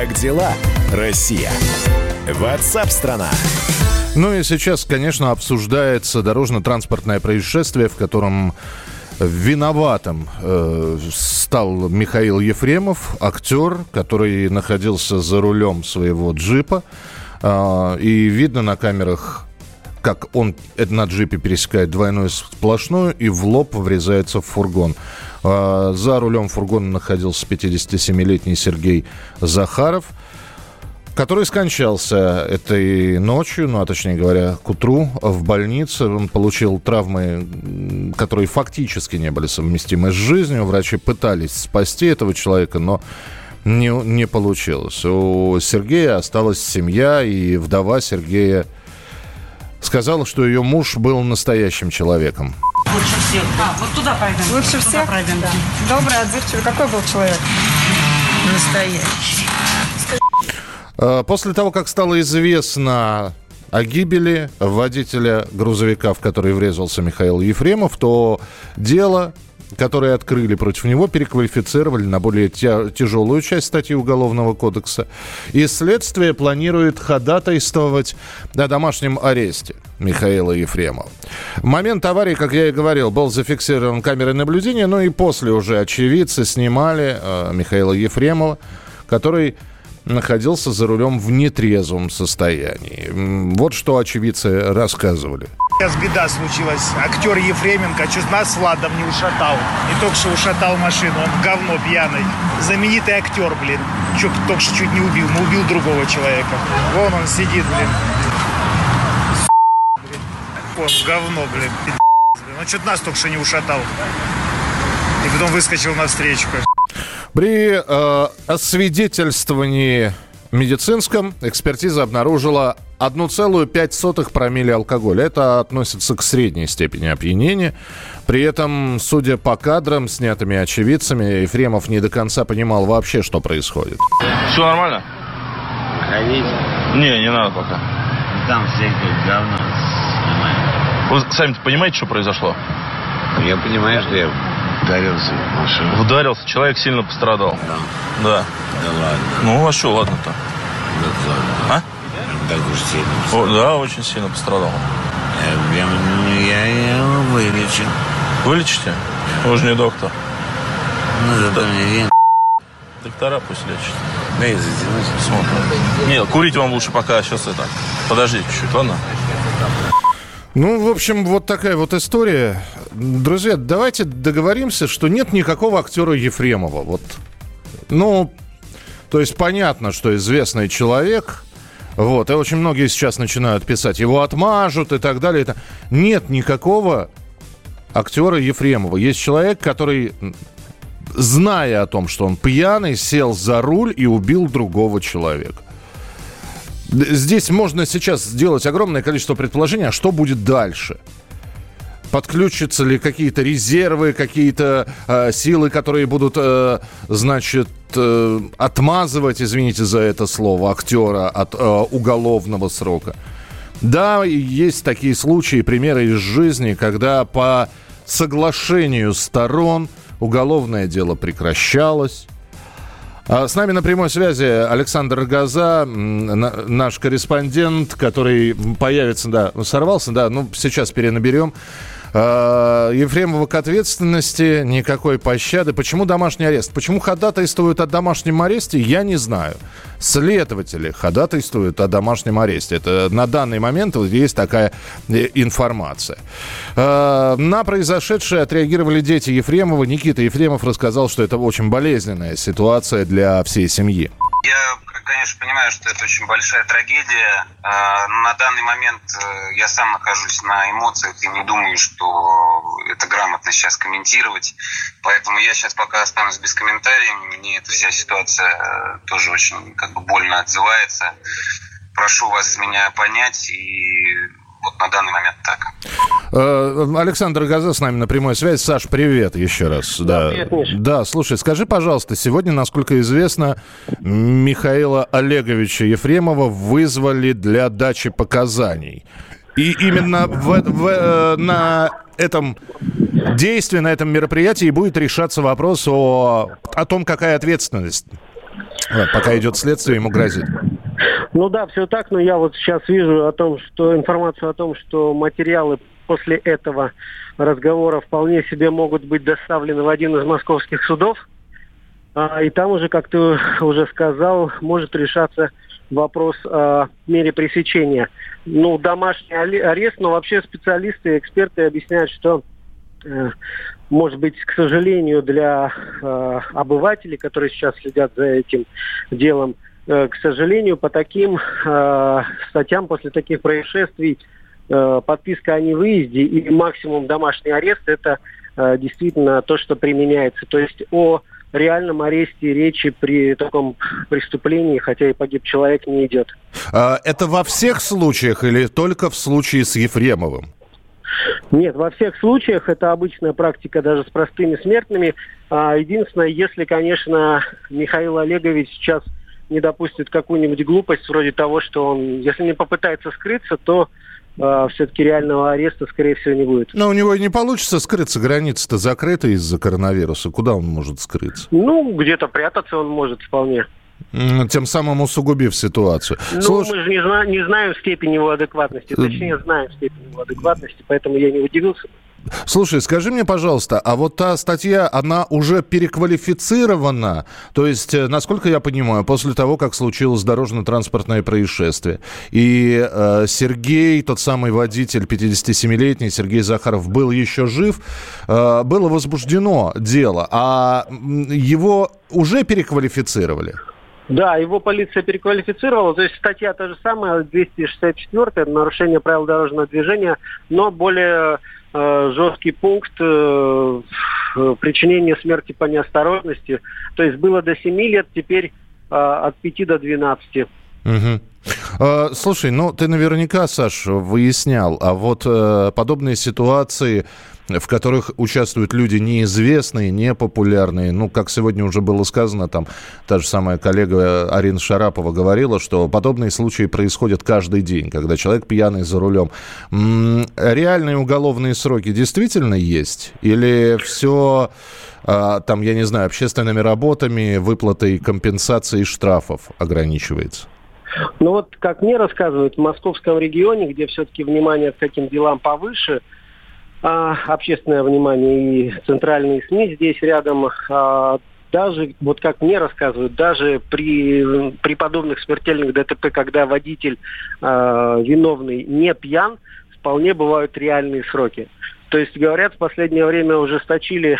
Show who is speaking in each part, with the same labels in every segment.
Speaker 1: Как дела, Россия? Ватсап-страна!
Speaker 2: Ну и сейчас, конечно, обсуждается дорожно-транспортное происшествие, в котором виноватым стал Михаил Ефремов, актер, который находился за рулем своего джипа. И видно на камерах, как он на джипе пересекает двойную сплошную и в лоб врезается в фургон. За рулем фургона находился 57-летний Сергей Захаров, который скончался этой ночью, ну, а точнее говоря, к утру в больнице. Он получил травмы, которые фактически не были совместимы с жизнью. Врачи пытались спасти этого человека, но не получилось. У Сергея осталась семья, и вдова Сергея сказала, что ее муж был настоящим человеком.
Speaker 3: Лучше всех. Вот туда пройдем.
Speaker 4: Лучше всех?
Speaker 3: Пройдем.
Speaker 4: Да. Добрый, отзывчивый. Какой был человек?
Speaker 3: Настоящий.
Speaker 2: После того, как стало известно о гибели водителя грузовика, в который врезался Михаил Ефремов, то дело, которое открыли против него, переквалифицировали на более тяжелую часть статьи Уголовного кодекса. И следствие планирует ходатайствовать о домашнем аресте Михаила Ефремова. Момент аварии, как я и говорил, был зафиксирован камерой наблюдения, но и после уже очевидцы снимали Михаила Ефремова, который находился за рулем в нетрезвом состоянии. Вот что очевидцы рассказывали.
Speaker 5: Сейчас беда случилась. Актер Ефременко чуть нас с Владом не ушатал. Не только что ушатал машину, он в говно пьяный. Знаменитый актер, блин. Только что чуть не убил. Но убил другого человека. Вон он сидит, блин. Он в говно, блин. Он чуть нас только что не ушатал. И потом выскочил навстречу.
Speaker 2: При освидетельствовании медицинском экспертиза обнаружила 1,5 промилле алкоголя. Это относится к средней степени опьянения. При этом, судя по кадрам, снятыми очевидцами, Ефремов не до конца понимал вообще, что происходит.
Speaker 6: Все нормально?
Speaker 7: Ходите.
Speaker 6: Не надо пока.
Speaker 7: Там все тут говно снимают.
Speaker 6: Вы сами-то понимаете, что произошло?
Speaker 7: Я понимаю, что я ударился в машину.
Speaker 6: Ударился? Человек сильно пострадал?
Speaker 7: Да.
Speaker 6: Да.
Speaker 7: Да ладно.
Speaker 6: Ну, а что ладно-то? А?
Speaker 7: Так уж сильно пострадал.
Speaker 6: Да, очень сильно пострадал.
Speaker 7: Я его вылечу.
Speaker 6: Вылечите? Вы же не доктор.
Speaker 7: Ну, зато мне
Speaker 6: доктора пусть лечат.
Speaker 7: дай затянуть.
Speaker 6: Смотрим. Нет, курить вам лучше пока сейчас это. Подождите чуть-чуть, ладно?
Speaker 2: Ну, в общем, вот такая вот история. Друзья, давайте договоримся, что нет никакого актера Ефремова. Вот. Ну, то есть понятно, что известный человек. Вот, и очень многие сейчас начинают писать, его отмажут и так далее. Нет никакого актера Ефремова. Есть человек, который, зная о том, что он пьяный, сел за руль и убил другого человека. Здесь можно сейчас сделать огромное количество предположений, а что будет дальше? Подключатся ли какие-то резервы, какие-то силы, которые будут, отмазывать, извините за это слово, актера от уголовного срока? Да, есть такие случаи, примеры из жизни, когда по соглашению сторон уголовное дело прекращалось. С нами на прямой связи Александр Гоза, наш корреспондент, который появится, да, сорвался, да, ну, сейчас перенаберем. Ефремова к ответственности, никакой пощады. Почему домашний арест? Почему ходатайствуют о домашнем аресте, я не знаю. Следователи ходатайствуют о домашнем аресте. Это на данный момент вот есть такая информация. На произошедшее отреагировали дети Ефремова. Никита Ефремов рассказал, что это очень болезненная ситуация для всей семьи.
Speaker 8: Я, конечно, понимаю, что это очень большая трагедия. На данный момент я сам нахожусь на эмоциях и не думаю, что это грамотно сейчас комментировать. Поэтому я сейчас пока останусь без комментариев. Мне эта вся ситуация тоже очень больно отзывается. Прошу вас меня понять и... Вот на данный момент так.
Speaker 2: Александр Гоза с нами на прямой связи. Саш, привет еще раз. Да, привет, Миша. Да, слушай, скажи, пожалуйста, сегодня, насколько известно, Михаила Олеговича Ефремова вызвали для дачи показаний. И именно на этом действии, на этом мероприятии будет решаться вопрос о том, какая ответственность Пока идет следствие, ему грозит.
Speaker 9: Ну да, все так, но я вот сейчас вижу информацию о том, что материалы после этого разговора вполне себе могут быть доставлены в один из московских судов. И там уже, как ты уже сказал, может решаться вопрос о мере пресечения. Ну, домашний арест, но вообще специалисты, эксперты объясняют, что, может быть, к сожалению, для обывателей, которые сейчас следят за этим делом, к сожалению, по таким статьям после таких происшествий подписка о невыезде и максимум домашний арест – это действительно то, что применяется. То есть о реальном аресте речи при таком преступлении, хотя и погиб человек, не идет.
Speaker 2: Это во всех случаях или только в случае с Ефремовым?
Speaker 9: Нет, во всех случаях это обычная практика даже с простыми смертными. Единственное, если, конечно, Михаил Олегович сейчас не допустит какую-нибудь глупость вроде того, что он, если не попытается скрыться, то все-таки реального ареста, скорее всего, не будет.
Speaker 2: Но у него и не получится скрыться, граница-то закрыта из-за коронавируса. Куда он может скрыться?
Speaker 9: Ну, где-то прятаться он может вполне.
Speaker 2: Тем самым усугубив ситуацию.
Speaker 9: Ну, мы же не знаем степень его адекватности. Точнее, знаем степень его адекватности, поэтому я не удивился.
Speaker 2: Слушай, скажи мне, пожалуйста, а вот та статья, она уже переквалифицирована? То есть, насколько я понимаю, после того, как случилось дорожно-транспортное происшествие, и Сергей, тот самый водитель, 57-летний Сергей Захаров, был еще жив, было возбуждено дело, а его уже переквалифицировали?
Speaker 9: Да, его полиция переквалифицировала, то есть статья та же самая, 264, нарушение правил дорожного движения, но более жесткий пункт причинения смерти по неосторожности. То есть было до 7 лет, теперь от 5 до 12.
Speaker 2: Угу. Слушай, ну ты наверняка, Саш, выяснял, а вот подобные ситуации, в которых участвуют люди неизвестные, непопулярные, ну, как сегодня уже было сказано, там, та же самая коллега Арина Шарапова говорила, что подобные случаи происходят каждый день, когда человек пьяный за рулем. Реальные уголовные сроки действительно есть? Или все, там, я не знаю, общественными работами, выплатой компенсаций и штрафов ограничивается?
Speaker 9: Ну вот, как мне рассказывают, в московском регионе, где все-таки внимание к таким делам повыше, общественное внимание и центральные СМИ здесь рядом, даже, вот как мне рассказывают, даже при подобных смертельных ДТП, когда водитель виновный не пьян, вполне бывают реальные сроки. То есть, говорят, в последнее время ужесточили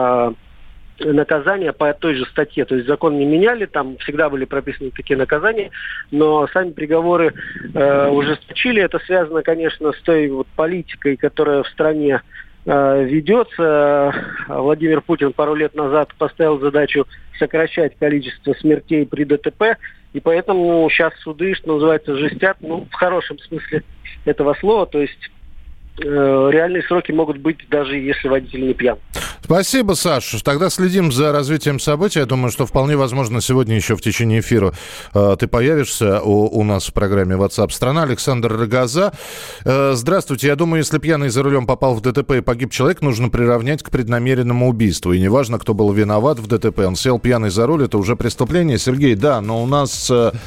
Speaker 9: наказания по той же статье. То есть закон не меняли, там всегда были прописаны такие наказания, но сами приговоры ужесточили. Это связано, конечно, с той вот политикой, которая в стране ведется. Владимир Путин пару лет назад поставил задачу сокращать количество смертей при ДТП, и поэтому сейчас суды, что называется, жестят, ну, в хорошем смысле этого слова, то есть реальные сроки могут быть, даже если водитель не пьян.
Speaker 2: Спасибо, Саш. Тогда следим за развитием событий. Я думаю, что вполне возможно сегодня еще в течение эфира ты появишься у нас в программе WhatsApp страна. Александр Рогоза. Здравствуйте. Я думаю, если пьяный за рулем попал в ДТП и погиб человек, нужно приравнять к преднамеренному убийству. И неважно, кто был виноват в ДТП. Он сел пьяный за руль, это уже преступление. Сергей, да, но у нас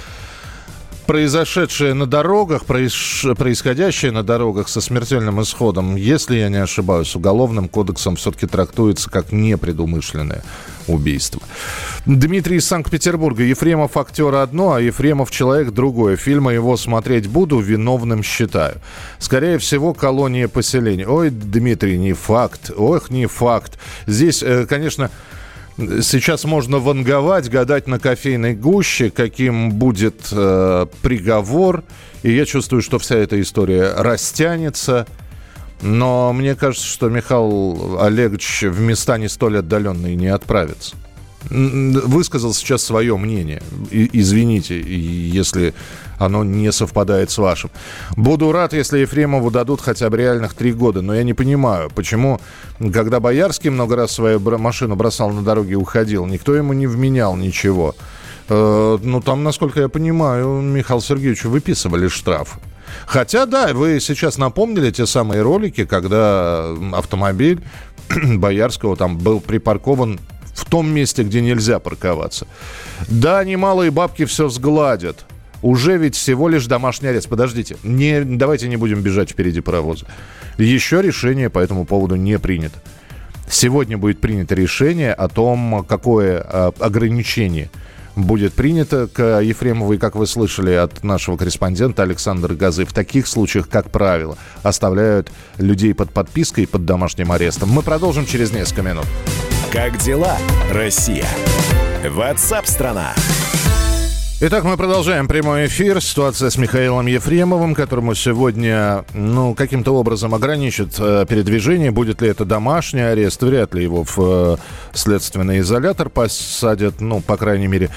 Speaker 2: произошедшее на дорогах, происходящее на дорогах со смертельным исходом, если я не ошибаюсь, уголовным кодексом все-таки трактуется как непредумышленное убийство. Дмитрий из Санкт-Петербурга. Ефремов актер одно, а Ефремов человек другое. Фильмы его смотреть буду, виновным считаю. Скорее всего, колония поселений. Ой, Дмитрий, не факт. Ох, не факт. Здесь, конечно, сейчас можно ванговать, гадать на кофейной гуще, каким будет приговор. И я чувствую, что вся эта история растянется. Но мне кажется, что Михаил Олегович в места не столь отдаленные не отправится. Высказал сейчас свое мнение. Извините, если оно не совпадает с вашим. Буду рад, если Ефремову дадут хотя бы реальных 3 года. Но я не понимаю, почему, когда Боярский много раз свою машину бросал на дороге и уходил, никто ему не вменял ничего. Ну, там, насколько я понимаю, Михаилу Сергеевичу выписывали штрафы. Хотя, да, вы сейчас напомнили те самые ролики, когда автомобиль Боярского там был припаркован в том месте, где нельзя парковаться. Да, немалые бабки все сгладят. Уже ведь всего лишь домашний арест. Подождите, давайте не будем бежать впереди паровоза. Еще решение по этому поводу не принято. Сегодня будет принято решение о том, какое ограничение будет принято к Ефремовой, как вы слышали от нашего корреспондента Александра Газы. В таких случаях, как правило, оставляют людей под подпиской и под домашним арестом. Мы продолжим через несколько минут.
Speaker 1: Как дела, Россия? WhatsApp-страна.
Speaker 2: Итак, мы продолжаем прямой эфир. Ситуация с Михаилом Ефремовым, которому сегодня, каким-то образом ограничат передвижение. Будет ли это домашний арест? Вряд ли его в следственный изолятор посадят. По крайней мере,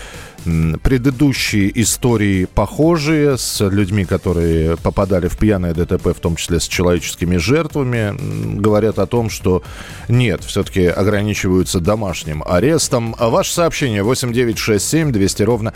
Speaker 2: предыдущие истории похожие с людьми, которые попадали в пьяное ДТП, в том числе с человеческими жертвами, говорят о том, что нет, все-таки ограничиваются домашним арестом. Ваше сообщение 8967 200 ровно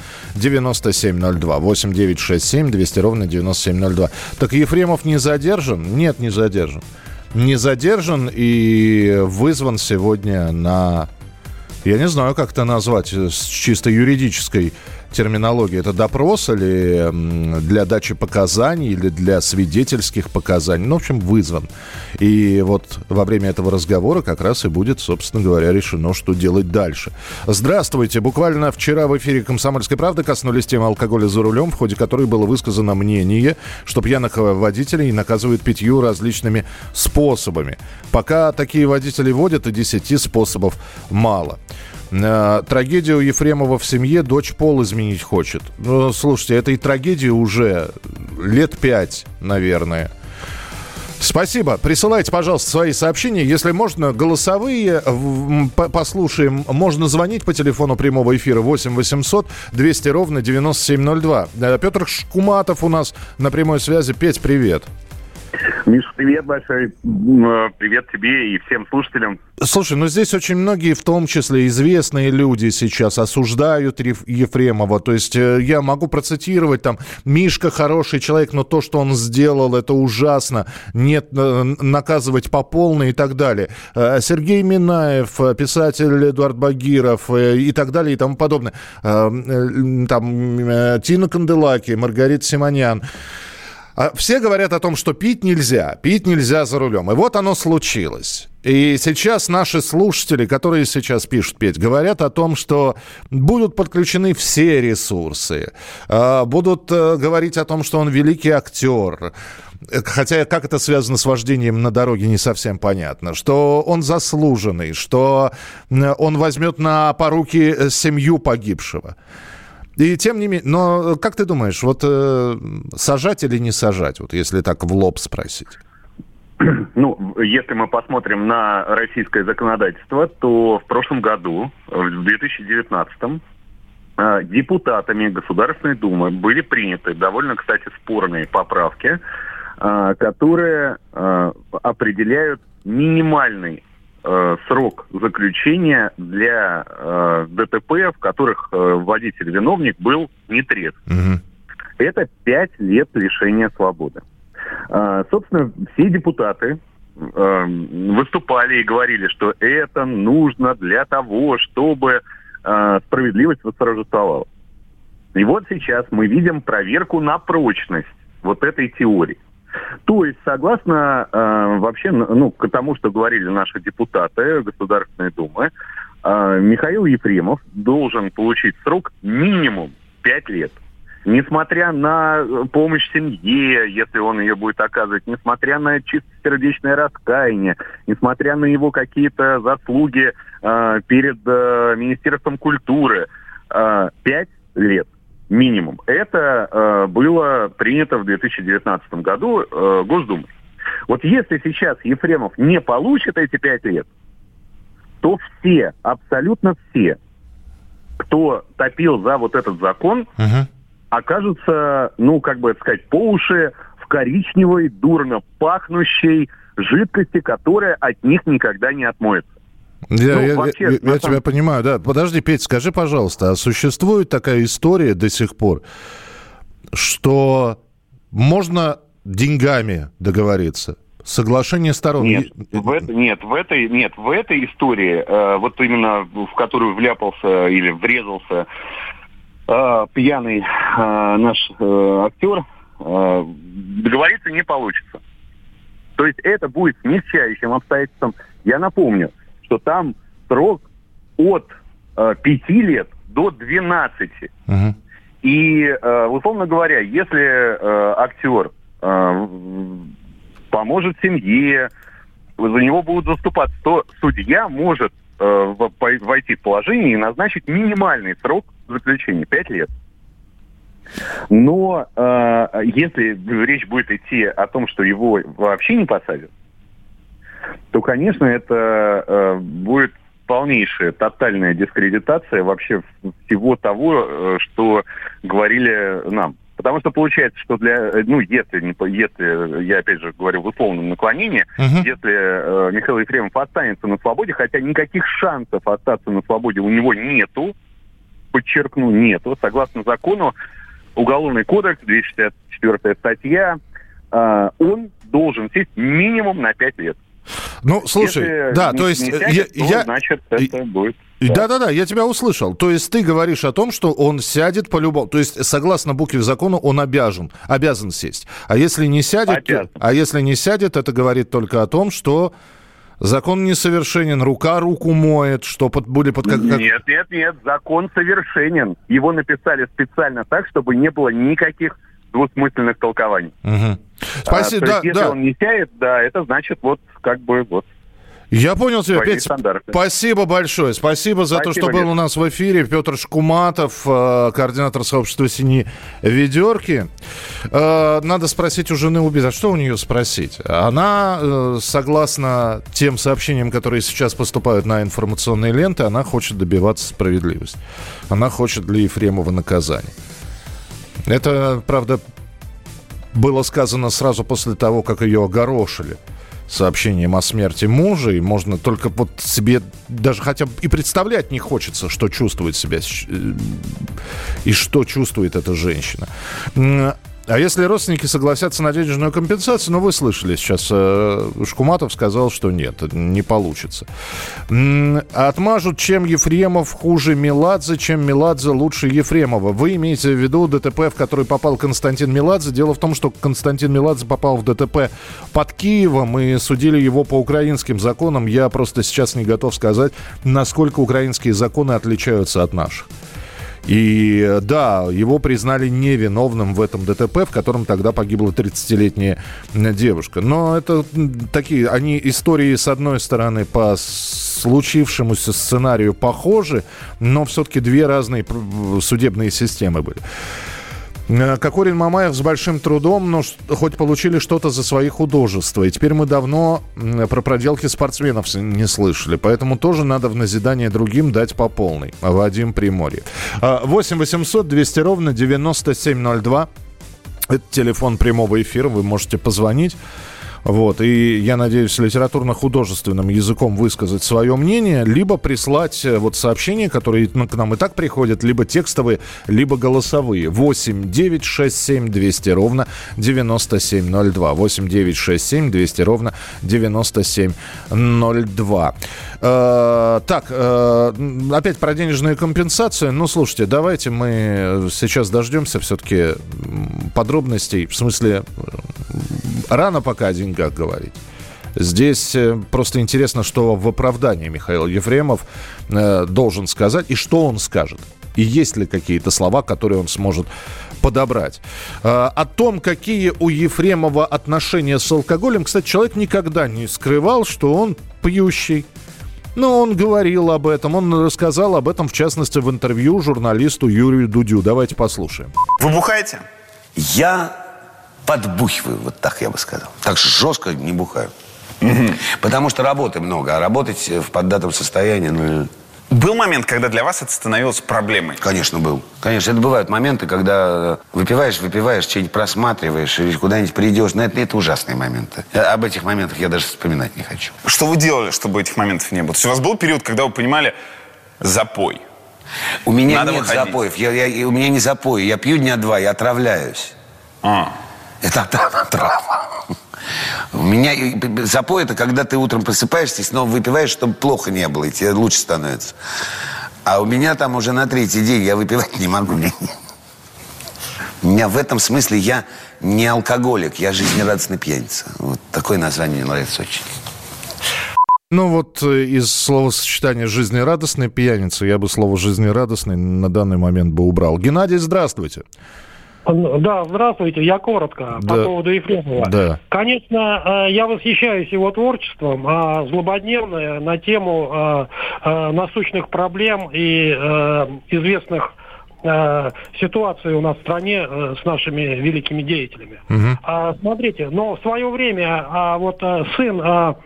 Speaker 2: 9702. 8967 200 ровно 9702. Так Ефремов не задержан? Нет, не задержан. Не задержан и вызван сегодня на... Я не знаю, как это назвать с чисто юридической терминологией. Это допрос или для дачи показаний, или для свидетельских показаний. В общем, вызван. И вот во время этого разговора как раз и будет, собственно говоря, решено, что делать дальше. Здравствуйте. Буквально вчера в эфире «Комсомольской правды» коснулись темы алкоголя за рулем, в ходе которой было высказано мнение, что пьяных водителей наказывают 5 различными способами. Пока такие водители водят, и 10 способов мало. Трагедию Ефремова в семье, дочь пол изменить хочет. Слушайте, этой трагедии уже лет 5, наверное. Спасибо. Присылайте, пожалуйста, свои сообщения. Если можно, голосовые послушаем. Можно звонить по телефону прямого эфира 8 800 200 ровно 9702. Петр Шкуматов у нас на прямой связи. Петь, привет.
Speaker 10: Миш, привет большой. Привет тебе и всем слушателям.
Speaker 2: Слушай, здесь очень многие, в том числе известные люди сейчас осуждают Ефремова. То есть я могу процитировать там: Мишка хороший человек, но то, что он сделал, это ужасно. Нет, наказывать по полной и так далее. Сергей Минаев, писатель Эдуард Багиров и так далее и тому подобное. Там Тина Канделаки, Маргарита Симонян. Все говорят о том, что пить нельзя за рулем. И вот оно случилось. И сейчас наши слушатели, которые сейчас пишут, Петь, говорят о том, что будут подключены все ресурсы. Будут говорить о том, что он великий актер. Хотя как это связано с вождением на дороге, не совсем понятно. Что он заслуженный, что он возьмет на поруки семью погибшего. И тем не менее, но как ты думаешь, сажать или не сажать, если так в лоб спросить?
Speaker 10: Если мы посмотрим на российское законодательство, то в прошлом году, в 2019-м, депутатами Государственной Думы были приняты довольно, кстати, спорные поправки, которые определяют минимальный срок заключения для ДТП, в которых водитель-виновник был нетрезв. Угу. Это 5 лет лишения свободы. Собственно, все депутаты выступали и говорили, что это нужно для того, чтобы справедливость восторжествовала. И вот сейчас мы видим проверку на прочность вот этой теории. То есть, согласно к тому, что говорили наши депутаты Государственной Думы, Михаил Ефремов должен получить срок минимум 5 лет. Несмотря на помощь семье, если он ее будет оказывать, несмотря на чистосердечное раскаяние, несмотря на его какие-то заслуги перед Министерством культуры, 5 лет. Минимум. Это было принято в 2019 году Госдумой. Вот если сейчас Ефремов не получит эти 5 лет, то все, абсолютно все, кто топил за вот этот закон, окажутся, по уши в коричневой, дурно пахнущей жидкости, которая от них никогда не отмоется.
Speaker 2: Я тебя понимаю, да. Подожди, Петь, скажи, пожалуйста, а существует такая история до сих пор, что можно деньгами договориться? Соглашение сторон.
Speaker 10: Нет, в этой истории, вот именно в которую вляпался или врезался пьяный наш актер, договориться не получится. То есть это будет смягчающим обстоятельством. Я напомню, что там срок от 5 лет до 12.
Speaker 2: Угу.
Speaker 10: И, условно говоря, если актер поможет семье, за него будут заступаться, то судья может войти в положение и назначить минимальный срок заключения 5 лет. Но если речь будет идти о том, что его вообще не посадят, то, конечно, это будет полнейшая, тотальная дискредитация вообще всего того, что говорили нам. Потому что получается, что если я опять же говорю в условном наклонении, если Михаил Ефремов останется на свободе, хотя никаких шансов остаться на свободе у него нету, подчеркну, нету, согласно закону, Уголовный кодекс, 264 статья, он должен сесть минимум на 5 лет.
Speaker 2: Ну, слушай,
Speaker 10: если
Speaker 2: да, то есть...
Speaker 10: значит, это будет...
Speaker 2: Да-да-да, я тебя услышал. То есть ты говоришь о том, что он сядет по-любому. То есть, согласно букве закона, он обязан сесть. А если не сядет, это говорит только о том, что закон несовершенен, рука руку моет, что будет под...
Speaker 10: Нет, закон совершенен. Его написали специально так, чтобы не было никаких двусмысленных толкований.
Speaker 2: Угу. Спасибо,
Speaker 10: если он не сядет, это значит
Speaker 2: Я понял тебя, Петь. Спасибо большое. Спасибо за то, что был у нас в эфире. Петр Шкуматов, координатор сообщества «Синие ведерки». Надо спросить у жены убийцы. А что у нее спросить? Она, согласно тем сообщениям, которые сейчас поступают на информационные ленты, она хочет добиваться справедливости. Она хочет для Ефремова наказания. Это, правда, было сказано сразу после того, как ее огорошили сообщением о смерти мужа, и можно только себе даже хотя бы и представлять не хочется, что чувствует себя и что чувствует эта женщина. А если родственники согласятся на денежную компенсацию, вы слышали сейчас, Шкуматов сказал, что нет, не получится. Отмажут, чем Ефремов хуже Меладзе, чем Меладзе лучше Ефремова. Вы имеете в виду ДТП, в который попал Константин Меладзе? Дело в том, что Константин Меладзе попал в ДТП под Киевом, и судили его по украинским законам. Я просто сейчас не готов сказать, насколько украинские законы отличаются от наших. И да, его признали невиновным в этом ДТП, в котором тогда погибла 30-летняя девушка. Но это такие, они истории, с одной стороны, по случившемуся сценарию похожи, но все-таки две разные судебные системы были. Кокорин, Мамаев с большим трудом, но хоть получили что-то за свои художества. И теперь мы давно про проделки спортсменов не слышали. Поэтому тоже надо в назидание другим дать по полной. Вадим, Приморье. 8 800 200 ровно 9702. Это телефон прямого эфира. Вы можете позвонить. И я надеюсь, литературно-художественным языком высказать свое мнение, либо прислать сообщения, которые к нам и так приходят, либо текстовые, либо голосовые. 8 9 6 7 200 ровно 9702. 8 9 6 7 200 ровно 9702. Опять про денежную компенсацию. Слушайте, давайте мы сейчас дождемся все-таки подробностей. В смысле, рано пока о деньгах говорить. Здесь просто интересно, что в оправдании Михаил Ефремов должен сказать, и что он скажет. И есть ли какие-то слова, которые он сможет подобрать. О том, какие у Ефремова отношения с алкоголем, кстати, человек никогда не скрывал, что он пьющий. Но он говорил об этом, он рассказал об этом, в частности, в интервью журналисту Юрию Дудю. Давайте послушаем.
Speaker 11: Вы бухаете?
Speaker 7: Я подбухиваю, вот так я бы сказал. Так жестко не бухаю. Потому что работы много, а работать в поддатом состоянии,
Speaker 11: Был момент, когда для вас это становилось проблемой?
Speaker 7: Конечно, был. Конечно, это бывают моменты, когда выпиваешь, что-нибудь просматриваешь или куда-нибудь придешь. Но это ужасные моменты. Об этих моментах я даже вспоминать не хочу.
Speaker 11: Что вы делали, чтобы этих моментов не было? То есть у вас был период, когда вы понимали запой?
Speaker 7: У меня нет запоев. У меня не запой. Я пью дня 2, я отравляюсь. Это отрава. У меня запой — это когда ты утром просыпаешься и снова выпиваешь, чтобы плохо не было, и тебе лучше становится. А у меня там уже на 3-й день я выпивать не могу. У меня в этом смысле я не алкоголик, я жизнерадостный пьяница. Вот такое название мне нравится очень.
Speaker 2: Ну вот из словосочетания «жизнерадостный пьяница» я бы слово «жизнерадостный» на данный момент бы убрал. Геннадий, здравствуйте.
Speaker 12: Да, здравствуйте. Я коротко по поводу Ефремова.
Speaker 2: Да.
Speaker 12: Конечно, я восхищаюсь его творчеством, злободневное на тему насущных проблем и известных ситуаций у нас в стране с нашими великими деятелями. Смотрите, но в свое время сын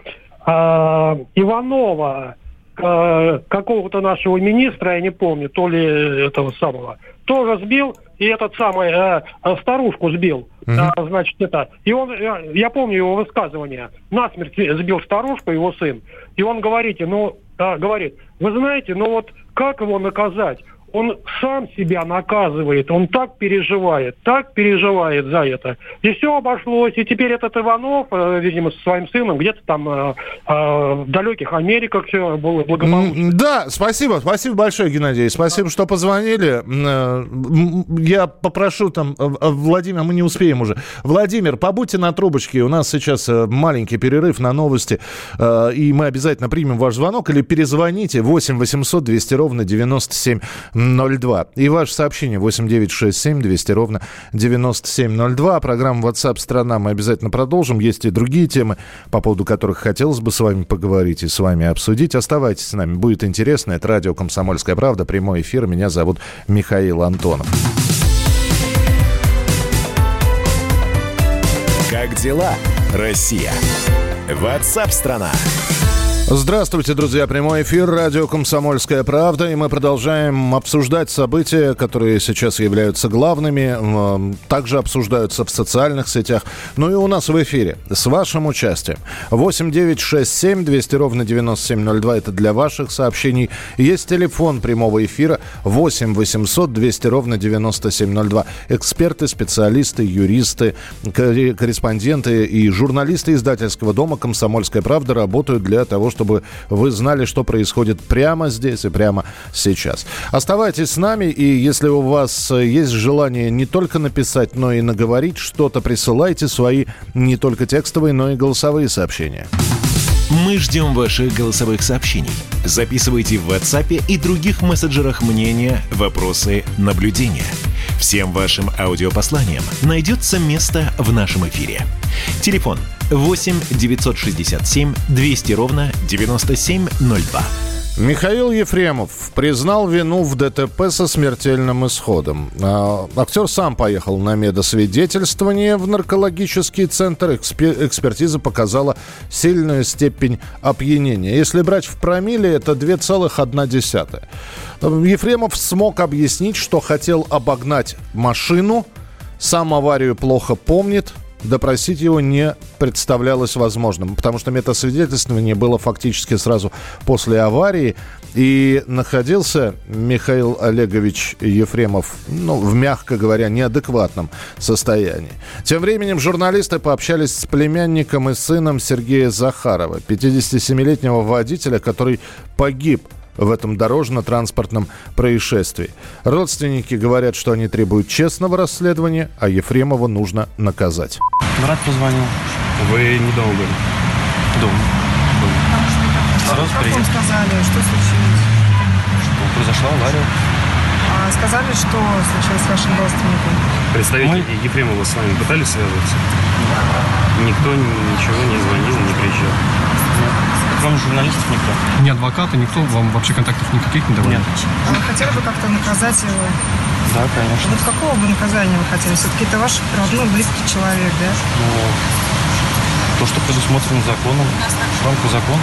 Speaker 12: Иванова, какого-то нашего министра, я не помню, то ли этого самого, тоже сбил, и этот самый старушку сбил. Значит, это. И он, я помню его высказывание, насмерть сбил старушку, его сын. И он говорит, вы знаете, вот как его наказать? Он сам себя наказывает, он так переживает за это. И все обошлось. И теперь этот Иванов, видимо, со своим сыном, где-то там в далеких Америках все было благополучно.
Speaker 2: Да, спасибо большое, Геннадий. Спасибо, что позвонили. Я попрошу Владимир, мы не успеем уже. Владимир, побудьте на трубочке. У нас сейчас маленький перерыв на новости. И мы обязательно примем ваш звонок. Или перезвоните 8 800 200 ровно 97 02. И ваше сообщение 8 967 200 ровно 9702. Программу WhatsApp «Страна» мы обязательно продолжим. Есть и другие темы, по поводу которых хотелось бы с вами поговорить и с вами обсудить. Оставайтесь с нами, будет интересно. Это радио «Комсомольская правда», прямой эфир. Меня зовут Михаил Антонов.
Speaker 1: Как дела, Россия? WhatsApp-страна.
Speaker 2: Здравствуйте, друзья. Прямой эфир, радио «Комсомольская правда». И мы продолжаем обсуждать события, которые сейчас являются главными. Также обсуждаются в социальных сетях. Ну и у нас в эфире с вашим участием. 8 967 200 ровно 9702. Это для ваших сообщений. Есть телефон прямого эфира 8 800 200 ровно 9702. Эксперты, специалисты, юристы, корреспонденты и журналисты издательского дома «Комсомольская правда» работают для того, чтобы вы знали, что происходит прямо здесь и прямо сейчас. Оставайтесь с нами, и если у вас есть желание не только написать, но и наговорить что-то, присылайте свои не только текстовые, но и голосовые сообщения.
Speaker 13: Мы ждем ваших голосовых сообщений. Записывайте в WhatsApp и других мессенджерах мнения, вопросы, наблюдения. Всем вашим аудиопосланиям найдется место в нашем эфире. Телефон 8 967 200 ровно 9702.
Speaker 2: Михаил Ефремов признал вину в ДТП со смертельным исходом. Актер сам поехал на медосвидетельствование в наркологический центр. Экспертиза показала сильную степень опьянения. Если брать в промилле, это 2,1. Ефремов смог объяснить, что хотел обогнать машину, сам аварию плохо помнит. Допросить его не представлялось возможным, потому что медосвидетельствование было фактически сразу после аварии, и находился Михаил Олегович Ефремов, в, мягко говоря, неадекватном состоянии. Тем временем журналисты пообщались с племянником и сыном Сергея Захарова, 57-летнего водителя, который погиб в этом дорожно-транспортном происшествии. Родственники говорят, что они требуют честного расследования, а Ефремова нужно наказать.
Speaker 14: Брат позвонил. Вы не дома были? Дома. Сразу приехали.
Speaker 4: Как вам сказали, что случилось?
Speaker 14: Что произошла авария.
Speaker 4: Сказали, что случилось с вашим родственником.
Speaker 14: Представители Ефремова с вами пытались связываться? Никто ничего не звонил, не приезжал. Кроме журналистов никто?
Speaker 15: Ни адвоката, никто вам вообще контактов никаких не давал?
Speaker 14: Нет.
Speaker 4: А вы хотели бы как-то наказать его?
Speaker 14: Да, конечно.
Speaker 4: Вот какого бы наказания вы хотели? Все-таки это ваш родной, близкий человек, да?
Speaker 14: То, что предусмотрено законом, в рамках закона.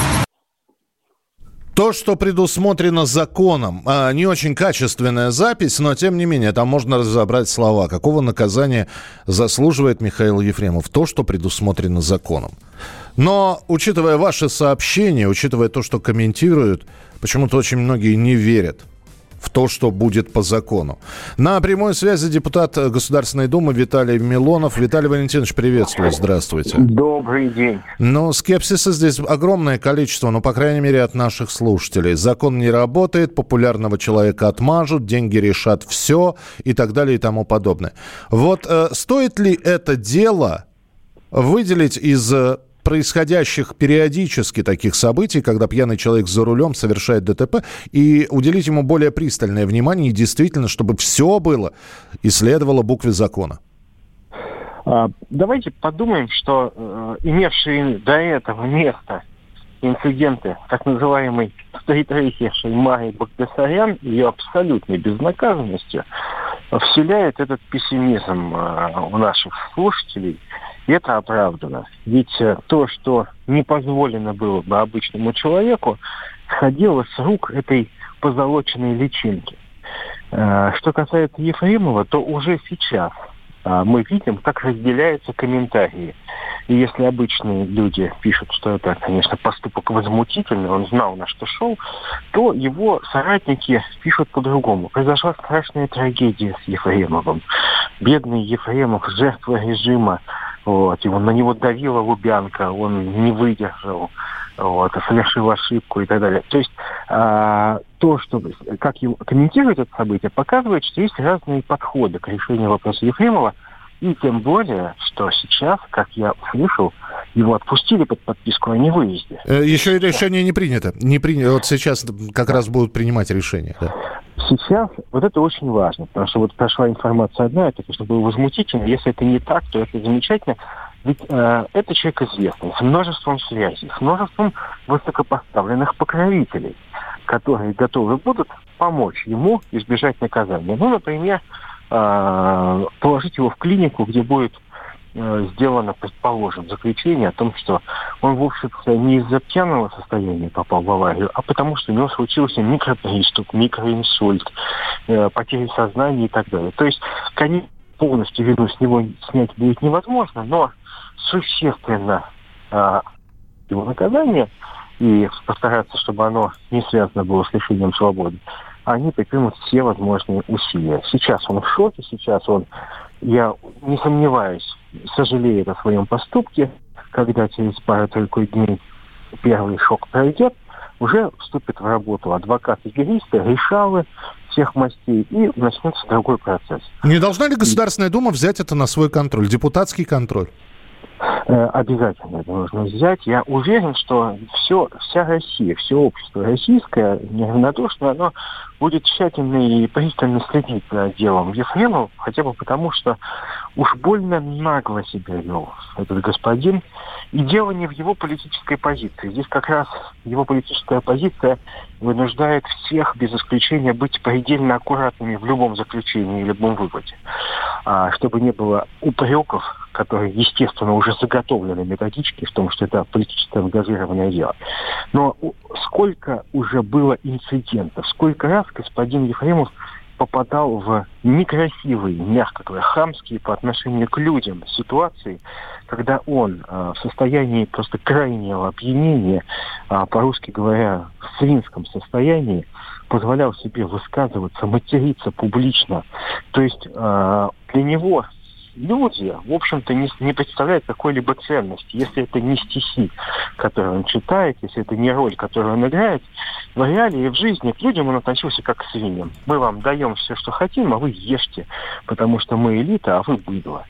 Speaker 2: То, что предусмотрено законом. Не очень качественная запись, но тем не менее, там можно разобрать слова. Какого наказания заслуживает Михаил Ефремов? То, что предусмотрено законом. Но, учитывая ваши сообщения, учитывая то, что комментируют, почему-то очень многие не верят в то, что будет по закону. На прямой связи депутат Государственной Думы Виталий Милонов. Виталий Валентинович, приветствую, здравствуйте.
Speaker 16: Добрый день.
Speaker 2: Но скепсиса здесь огромное количество, по крайней мере, от наших слушателей. Закон не работает, популярного человека отмажут, деньги решат все и так далее и тому подобное. Вот стоит ли это дело выделить из происходящих периодически таких событий, когда пьяный человек за рулем совершает ДТП, и уделить ему более пристальное внимание, и действительно, чтобы все было и следовало букве закона?
Speaker 16: Давайте подумаем, что имевшие до этого место инциденты так называемой стритрейсершей Майи Багдасарян, ее абсолютной безнаказанностью, вселяет этот пессимизм у наших слушателей. И это оправдано. Ведь то, что не позволено было бы обычному человеку, сходило с рук этой позолоченной личинки. Что касается Ефремова, то уже сейчас мы видим, как разделяются комментарии. И если обычные люди пишут, что это, конечно, поступок возмутительный, он знал, на что шел, то его соратники пишут по-другому. Произошла страшная трагедия с Ефремовым. Бедный Ефремов, жертва режима. Вот, его, на него давила Лубянка, он не выдержал, совершил ошибку и так далее. То есть то, что, как его комментирует это событие, показывает, что есть разные подходы к решению вопроса Ефремова. И тем более, что сейчас, как я услышал, его отпустили под подписку о невыезде.
Speaker 2: Еще и решение не принято. Вот сейчас как раз будут принимать решение. Да.
Speaker 16: Сейчас вот это очень важно, потому что вот прошла информация одна, это, конечно, было возмутительно. Если это не так, то это замечательно. Ведь это человек известный, с множеством связей, с множеством высокопоставленных покровителей, которые готовы будут помочь ему избежать наказания. Например, положить его в клинику, где будет сделано, предположим, заключение о том, что он, в общем-то, не из-за пьяного состояния попал в аварию, а потому что у него случился микроприступ, микроинсульт, потеря сознания и так далее. То есть, конечно, полностью вину с него снять будет невозможно, но существенно его наказание и постараться, чтобы оно не связано было с лишением свободы, они предпримут все возможные усилия. Сейчас он в шоке, сейчас он, я не сомневаюсь, сожалеет о своем поступке. Когда через пару-тройку дней первый шок пройдет, уже вступит в работу адвокаты, юристы, решалы всех мастей, и начнется другой процесс.
Speaker 2: Не должна ли Государственная Дума взять это на свой контроль, депутатский контроль?
Speaker 16: Обязательно это нужно взять. Я уверен, что вся Россия, все общество российское, неравнодушно, оно будет тщательно и пристально следить за делом Ефремова, хотя бы потому, что уж больно нагло себя вел этот господин. И дело не в его политической позиции. Здесь как раз его политическая позиция вынуждает всех без исключения быть предельно аккуратными в любом заключении и любом выводе. Чтобы не было упреков, которые, естественно, уже заготовлены методички в том, что это политическое ангажированное дело. Но сколько уже было инцидентов, сколько раз господин Ефремов попадал в некрасивые, мягко говоря, хамские по отношению к людям ситуации, когда он в состоянии просто крайнего опьянения, по-русски говоря, в свинском состоянии, позволял себе высказываться, материться публично. То есть для него люди, в общем-то, не представляют какой-либо ценности. Если это не стихи, которые он читает, если это не роль, которую он играет, в реалии и в жизни к людям он относился как к свиньям. Мы вам даем все, что хотим, а вы ешьте, потому что мы элита, а вы быдло.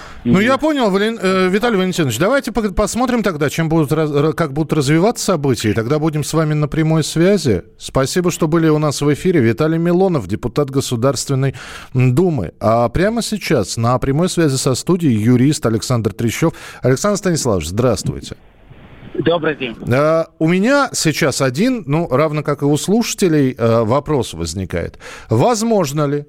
Speaker 2: Я понял, Виталий Валентинович, давайте посмотрим тогда, как будут развиваться события, и тогда будем с вами на прямой связи. Спасибо, что были у нас в эфире. Виталий Милонов, депутат Государственной Думы. А прямо сейчас на прямой связи со студией юрист Александр Трещев. Александр Станиславович, здравствуйте.
Speaker 17: Добрый день.
Speaker 2: У меня сейчас один, равно как и у слушателей, вопрос возникает. Возможно ли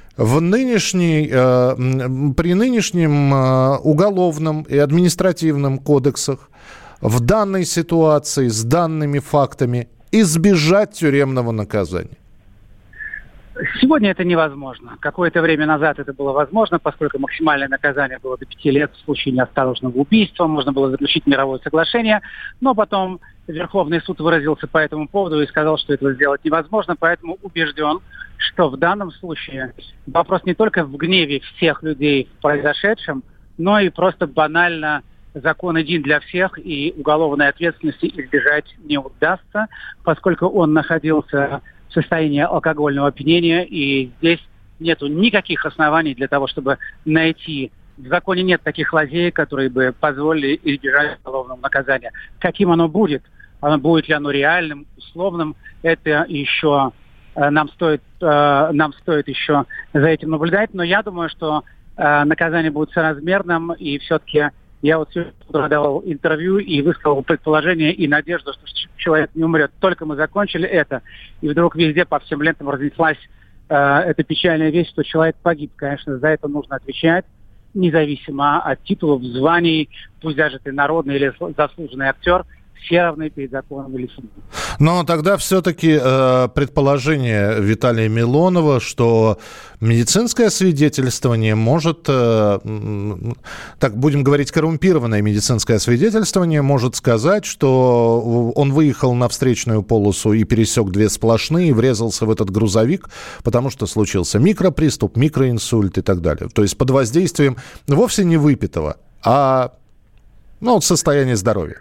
Speaker 2: при нынешнем уголовном и административном кодексах в данной ситуации с данными фактами избежать тюремного наказания?
Speaker 17: Сегодня это невозможно. Какое-то время назад это было возможно, поскольку максимальное наказание было до 5 лет в случае неосторожного убийства. Можно было заключить мировое соглашение, но потом Верховный суд выразился по этому поводу и сказал, что этого сделать невозможно, поэтому убежден, что в данном случае вопрос не только в гневе всех людей в произошедшем, но и просто банально закон один для всех, и уголовной ответственности избежать не удастся, поскольку он находился в состоянии алкогольного опьянения, и здесь нету никаких оснований для того, чтобы найти. В законе нет таких лазеек, которые бы позволили избежать уголовного наказания. Каким оно будет ли оно реальным, условным, это еще нам стоит еще за этим наблюдать. Но я думаю, что наказание будет соразмерным, и все-таки я вот сегодня давал интервью и высказал предположение и надежду, что человек не умрет. Только мы закончили это, и вдруг везде по всем лентам разнеслась эта печальная вещь, что человек погиб. Конечно, за это нужно отвечать, независимо от титулов, званий, пусть даже ты народный или заслуженный актер, все равны перед законом или судом.
Speaker 2: Но тогда все-таки предположение Виталия Милонова, что медицинское свидетельствование может, так будем говорить, коррумпированное медицинское свидетельствование может сказать, что он выехал на встречную полосу и пересек две сплошные, врезался в этот грузовик, потому что случился микроприступ, микроинсульт и так далее. То есть под воздействием вовсе не выпитого, а состояния здоровья.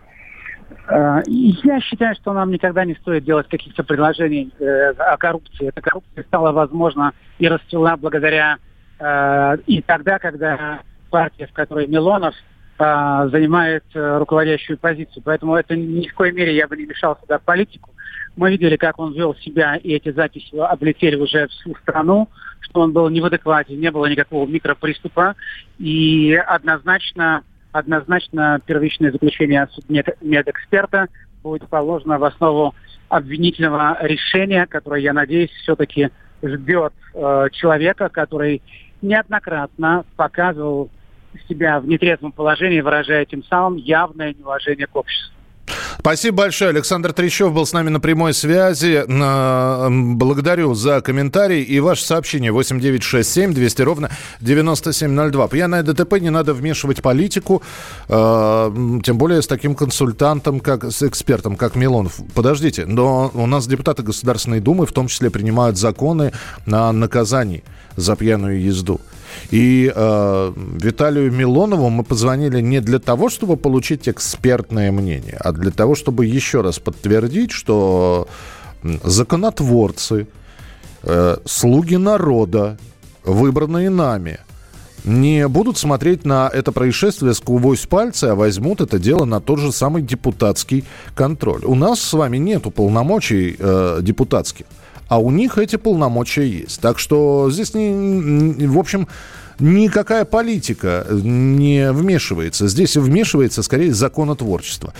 Speaker 17: Я считаю, что нам никогда не стоит делать каких-то предложений о коррупции. Эта коррупция стала возможна и расцвела благодаря и тогда, когда партия, в которой Милонов занимает руководящую позицию. Поэтому это ни в коей мере я бы не мешал сюда политику. Мы видели, как он вел себя, и эти записи облетели уже всю страну, что он был не в адеквате, не было никакого микроприступа. И однозначно первичное заключение судмедэксперта будет положено в основу обвинительного решения, которое, я надеюсь, все-таки ждет человека, который неоднократно показывал себя в нетрезвом положении, выражая тем самым явное неуважение к обществу.
Speaker 2: Спасибо большое. Александр Трещев был с нами на прямой связи. Благодарю за комментарий и ваше сообщение. 8-967-200-97-02. Пьяное ДТП, не надо вмешивать политику, тем более с таким консультантом, с экспертом, как Милонов. Подождите, но у нас депутаты Государственной Думы в том числе принимают законы о наказании за пьяную езду. И Виталию Милонову мы позвонили не для того, чтобы получить экспертное мнение, а для того, чтобы еще раз подтвердить, что законотворцы, слуги народа, выбранные нами, не будут смотреть на это происшествие сквозь пальцы, а возьмут это дело на тот же самый депутатский контроль. У нас с вами нету полномочий депутатских. А у них эти полномочия есть. Так что здесь, в общем, никакая политика не вмешивается. Здесь вмешивается, скорее, законотворчество.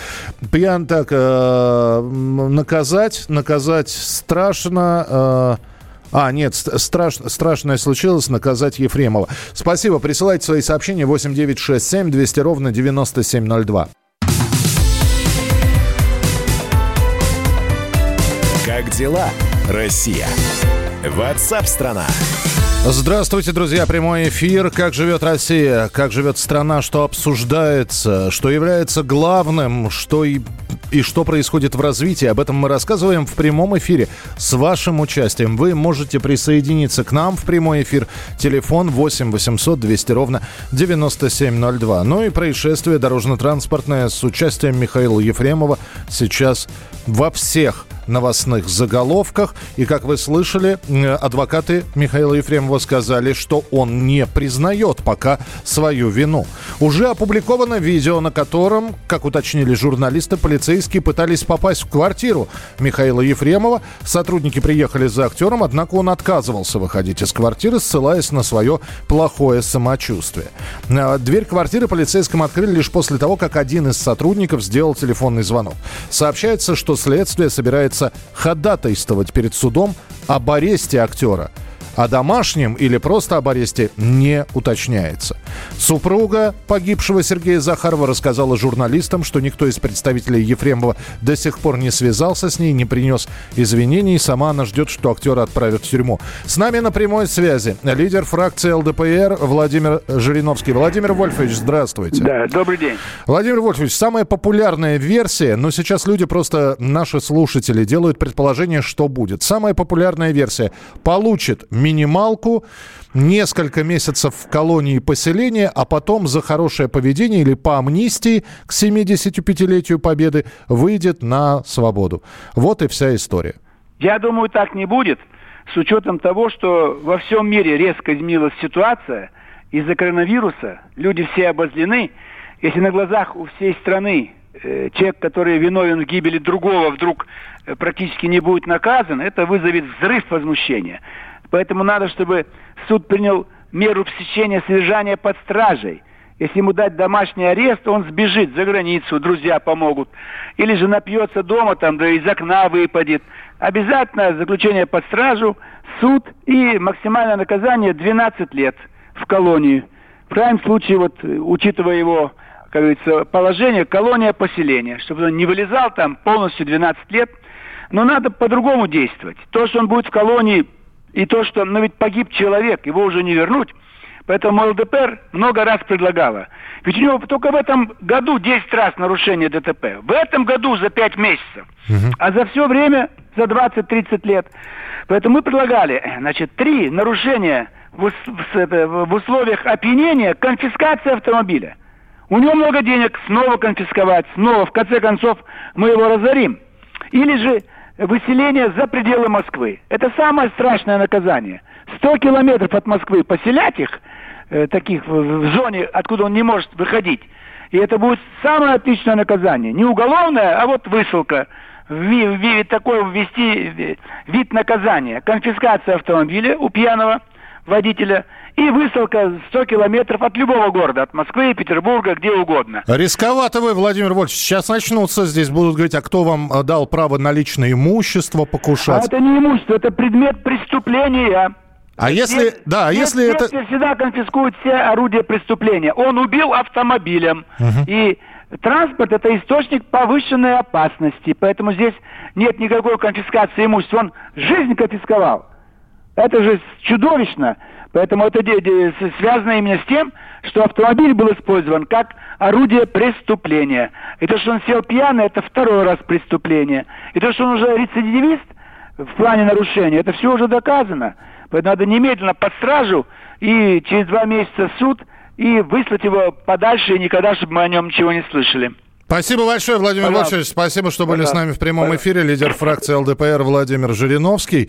Speaker 2: Наказать страшно... страшное случилось, наказать Ефремова. Спасибо, присылайте свои сообщения 8-967-200-97-02.
Speaker 1: Как дела, Россия? WhatsApp-страна.
Speaker 2: Здравствуйте, друзья. Прямой эфир. Как живет Россия? Как живет страна? Что обсуждается? Что является главным? Что происходит в развитии? Об этом мы рассказываем в прямом эфире с вашим участием. Вы можете присоединиться к нам в прямой эфир. Телефон 8 800 200 ровно 9702. Ну и происшествие дорожно-транспортное с участием Михаила Ефремова сейчас во всех новостных заголовках. И, как вы слышали, адвокаты Михаила Ефремова сказали, что он не признает пока свою вину. Уже опубликовано видео, на котором, как уточнили журналисты, полицейские пытались попасть в квартиру Михаила Ефремова. Сотрудники приехали за актером, однако он отказывался выходить из квартиры, ссылаясь на свое плохое самочувствие. Дверь квартиры полицейским открыли лишь после того, как один из сотрудников сделал телефонный звонок. Сообщается, что следствие собирается ходатайствовать перед судом об аресте актера. О домашнем или просто об аресте не уточняется. Супруга погибшего Сергея Захарова рассказала журналистам, что никто из представителей Ефремова до сих пор не связался с ней, не принес извинений. Сама она ждет, что актера отправят в тюрьму. С нами на прямой связи лидер фракции ЛДПР Владимир Жириновский. Владимир Вольфович, здравствуйте.
Speaker 18: Да, добрый день.
Speaker 2: Владимир Вольфович, самая популярная версия, но сейчас люди просто, наши слушатели, делают предположение, что будет. Самая популярная версия: получит минималку, несколько месяцев в колонии поселения, а потом за хорошее поведение или по амнистии к 75-летию Победы выйдет на свободу. Вот и вся история.
Speaker 18: Я думаю, так не будет, с учетом того, что во всем мире резко изменилась ситуация. Из-за коронавируса люди все обозлены. Если на глазах у всей страны человек, который виновен в гибели другого, вдруг практически не будет наказан, это вызовет взрыв возмущения. Поэтому надо, чтобы суд принял меру пресечения содержания под стражей. Если ему дать домашний арест, он сбежит за границу, друзья помогут. Или же напьется дома, там, да из окна выпадет. Обязательно заключение под стражу, суд и максимальное наказание 12 лет в колонии. В крайнем случае, вот, учитывая его, как говорится, положение, колония-поселение, чтобы он не вылезал там полностью 12 лет. Но надо по-другому действовать. То, что он будет в колонии, и то, что, ну ведь погиб человек, его уже не вернуть. Поэтому ЛДПР много раз предлагала. Ведь у него только в этом году 10 раз нарушение ДТП. В этом году за 5 месяцев. А за все время за 20-30 лет. Поэтому мы предлагали, значит, 3 нарушения в условиях опьянения, конфискация автомобиля. У него много денег, снова конфисковать, снова, в конце концов, мы его разорим. Или же выселение за пределы Москвы. Это самое страшное наказание. 100 километров от Москвы поселять их, таких в зоне, откуда он не может выходить. И это будет самое отличное наказание. Не уголовное, а вот высылка. Такой ввести вид наказания. Конфискация автомобиля у пьяного водителя и высылка 100 километров от любого города, от Москвы, Петербурга, где угодно.
Speaker 2: Рисковато вы, Владимир Вольфович. Сейчас начнутся здесь, будут говорить, а кто вам дал право на личное имущество покушать?
Speaker 18: А это не имущество, это предмет преступления.
Speaker 2: А если, да, если это...
Speaker 18: всегда конфискуют все орудия преступления. Он убил автомобилем. И транспорт — это источник повышенной опасности. Поэтому здесь нет никакой конфискации имущества. Он жизнь конфисковал. Это же чудовищно. Поэтому это связано именно с тем, что автомобиль был использован как орудие преступления. И то, что он сел пьяный, это второй раз преступление. И то, что он уже рецидивист в плане нарушения, это все уже доказано. Поэтому надо немедленно под стражу и через 2 месяца суд и выслать его подальше, и никогда, чтобы мы о нем ничего не слышали.
Speaker 2: Спасибо большое, Владимир Вольфович. Спасибо, что были с нами в прямом эфире. Лидер фракции ЛДПР Владимир Жириновский.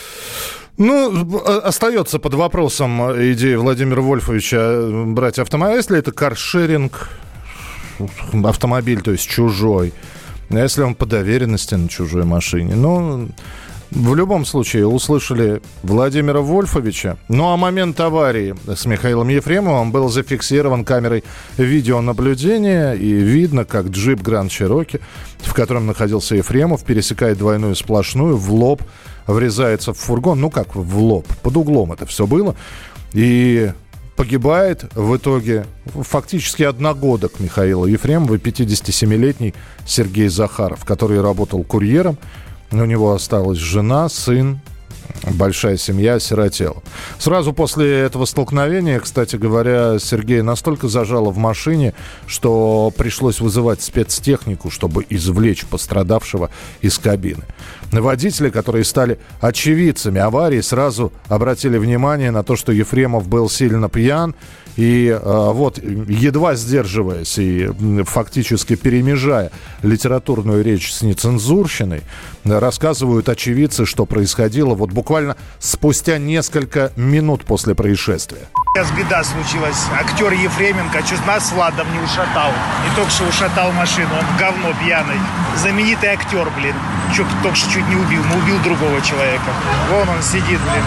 Speaker 2: Ну, остается под вопросом идея Владимира Вольфовича брать автомобиль. Если это каршеринг, автомобиль, то есть чужой, а если он по доверенности на чужой машине, ну... В любом случае, услышали Владимира Вольфовича. Ну, а момент аварии с Михаилом Ефремовым был зафиксирован камерой видеонаблюдения. И видно, как джип Гранд Чироки, в котором находился Ефремов, пересекает двойную сплошную, в лоб врезается в фургон. Ну, как в лоб? Под углом это все было. И погибает в итоге фактически одногодок Михаила Ефремова, 57-летний Сергей Захаров, который работал курьером. У него осталась жена, сын, большая семья, осиротела. Сразу после этого столкновения, кстати говоря, Сергея настолько зажало в машине, что пришлось вызывать спецтехнику, чтобы извлечь пострадавшего из кабины. Водители, которые стали очевидцами аварии, сразу обратили внимание на то, что Ефремов был сильно пьян. И вот, едва сдерживаясь и фактически перемежая литературную речь с нецензурщиной, рассказывают очевидцы, что происходило вот буквально спустя несколько минут после происшествия.
Speaker 5: Сейчас беда случилась. Актер Ефременко чуть нас с Владом не ушатал. И только что ушатал машину. Он в говно пьяный. Знаменитый актер, блин. Только что чуть не убил. Но убил другого человека. Вон он сидит, блин.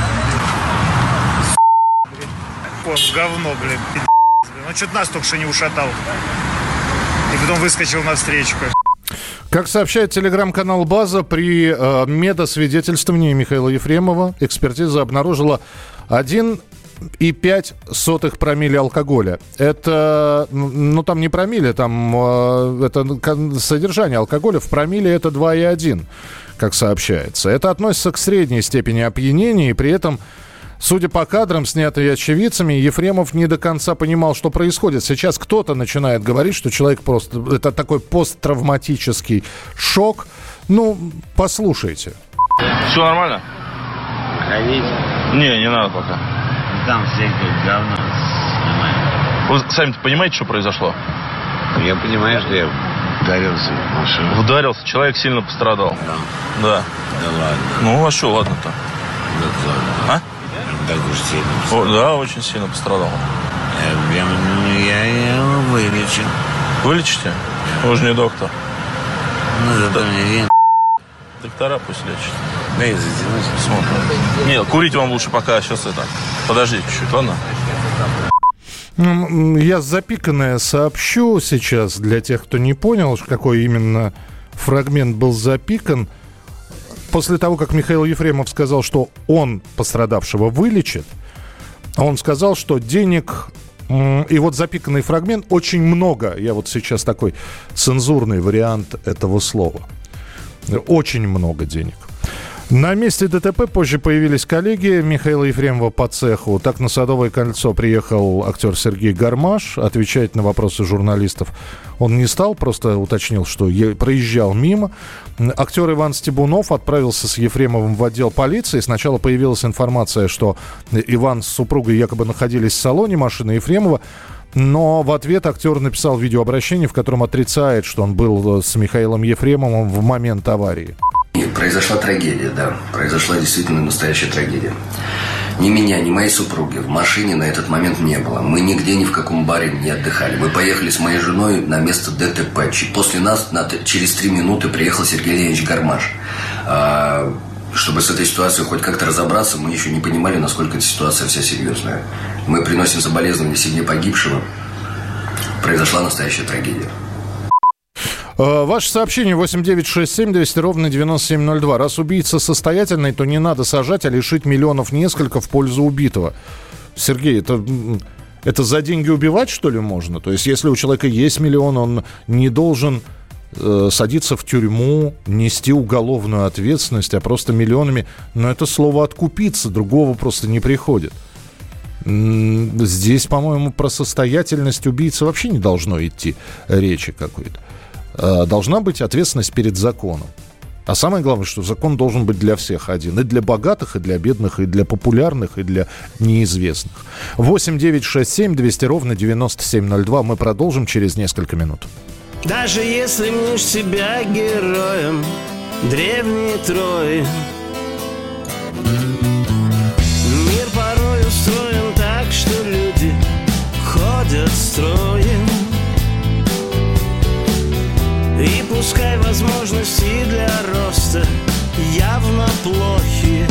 Speaker 5: Он в говно, блин. Он что-то нас только что не ушатал. И потом выскочил навстречу.
Speaker 2: Как сообщает телеграм-канал «База», при медосвидетельствовании Михаила Ефремова экспертиза обнаружила один 0,5 промилле алкоголя. Это, ну, там не промилле, там это содержание алкоголя. В промилле это 2,1, как сообщается. Это относится к средней степени опьянения, и при этом, судя по кадрам, снятым очевидцами, Ефремов не до конца понимал, что происходит. Сейчас кто-то начинает говорить, что человек просто... Это такой посттравматический шок. Ну, послушайте.
Speaker 6: Все нормально?
Speaker 19: Ходить?
Speaker 6: Не надо пока.
Speaker 19: Там всякое говно снимаем.
Speaker 6: Вы сами-то понимаете, что произошло?
Speaker 19: Я понимаю, что я ударился в машину.
Speaker 6: Ударился? Человек сильно пострадал? Да.
Speaker 19: Да ладно.
Speaker 6: Ну, а что ладно-то?
Speaker 19: Да,
Speaker 6: а?
Speaker 19: Так уж сильно пострадал.
Speaker 6: Да, очень сильно пострадал.
Speaker 19: Я его вылечу.
Speaker 6: Вылечите? Вы же не доктор.
Speaker 19: Ну, зато мне вен...
Speaker 6: Доктора пусть лечат.
Speaker 19: Да и затянуть.
Speaker 6: Смотрим. Не, курить вам лучше пока сейчас это. Подождите чуть-чуть, ладно?
Speaker 2: Я запиканное сообщу сейчас для тех, кто не понял, какой именно фрагмент был запикан. После того, как Михаил Ефремов сказал, что он пострадавшего вылечит, он сказал, что денег... И вот запиканный фрагмент очень много. Я вот сейчас такой цензурный вариант этого слова. Очень много денег. На месте ДТП позже появились коллеги Михаила Ефремова по цеху. Так на Садовое кольцо приехал актер Сергей Гармаш. Отвечать на вопросы журналистов он не стал, просто уточнил, что проезжал мимо. Актер Иван Стебунов отправился с Ефремовым в отдел полиции. Сначала появилась информация, что Иван с супругой якобы находились в салоне машины Ефремова. Но в ответ актер написал видеообращение, в котором отрицает, что он был с Михаилом Ефремовым в момент аварии.
Speaker 20: Произошла трагедия, да. Произошла действительно настоящая трагедия. Ни меня, ни моей супруги в машине на этот момент не было. Мы нигде ни в каком баре не отдыхали. Мы поехали с моей женой на место ДТП. После нас через 3 минуты приехал Сергей Леонидович Гармаш. Чтобы с этой ситуацией хоть как-то разобраться, мы еще не понимали, насколько эта ситуация вся серьезная. Мы приносим соболезнования семье погибшего. Произошла настоящая трагедия.
Speaker 2: Ваше сообщение 8967 200 ровно 9702. Раз убийца состоятельный, то не надо сажать, а лишить миллионов несколько в пользу убитого. Сергей, это за деньги убивать, что ли, можно? То есть, если у человека есть миллион, он не должен садиться в тюрьму, нести уголовную ответственность, а просто миллионами. Но это слово «откупиться» другого просто не приходит. Здесь, по-моему, про состоятельность убийцы вообще не должно идти речи какой-то. Должна быть ответственность перед законом. А самое главное, что закон должен быть для всех один. И для богатых, и для бедных, и для популярных, и для неизвестных. 8 9 6 7 200 ровно 9702. Мы продолжим через несколько минут.
Speaker 21: Даже если мнешь себя героем древней Трои, мир порой устроен так, что люди ходят строем. И пускай возможности для роста явно плохи,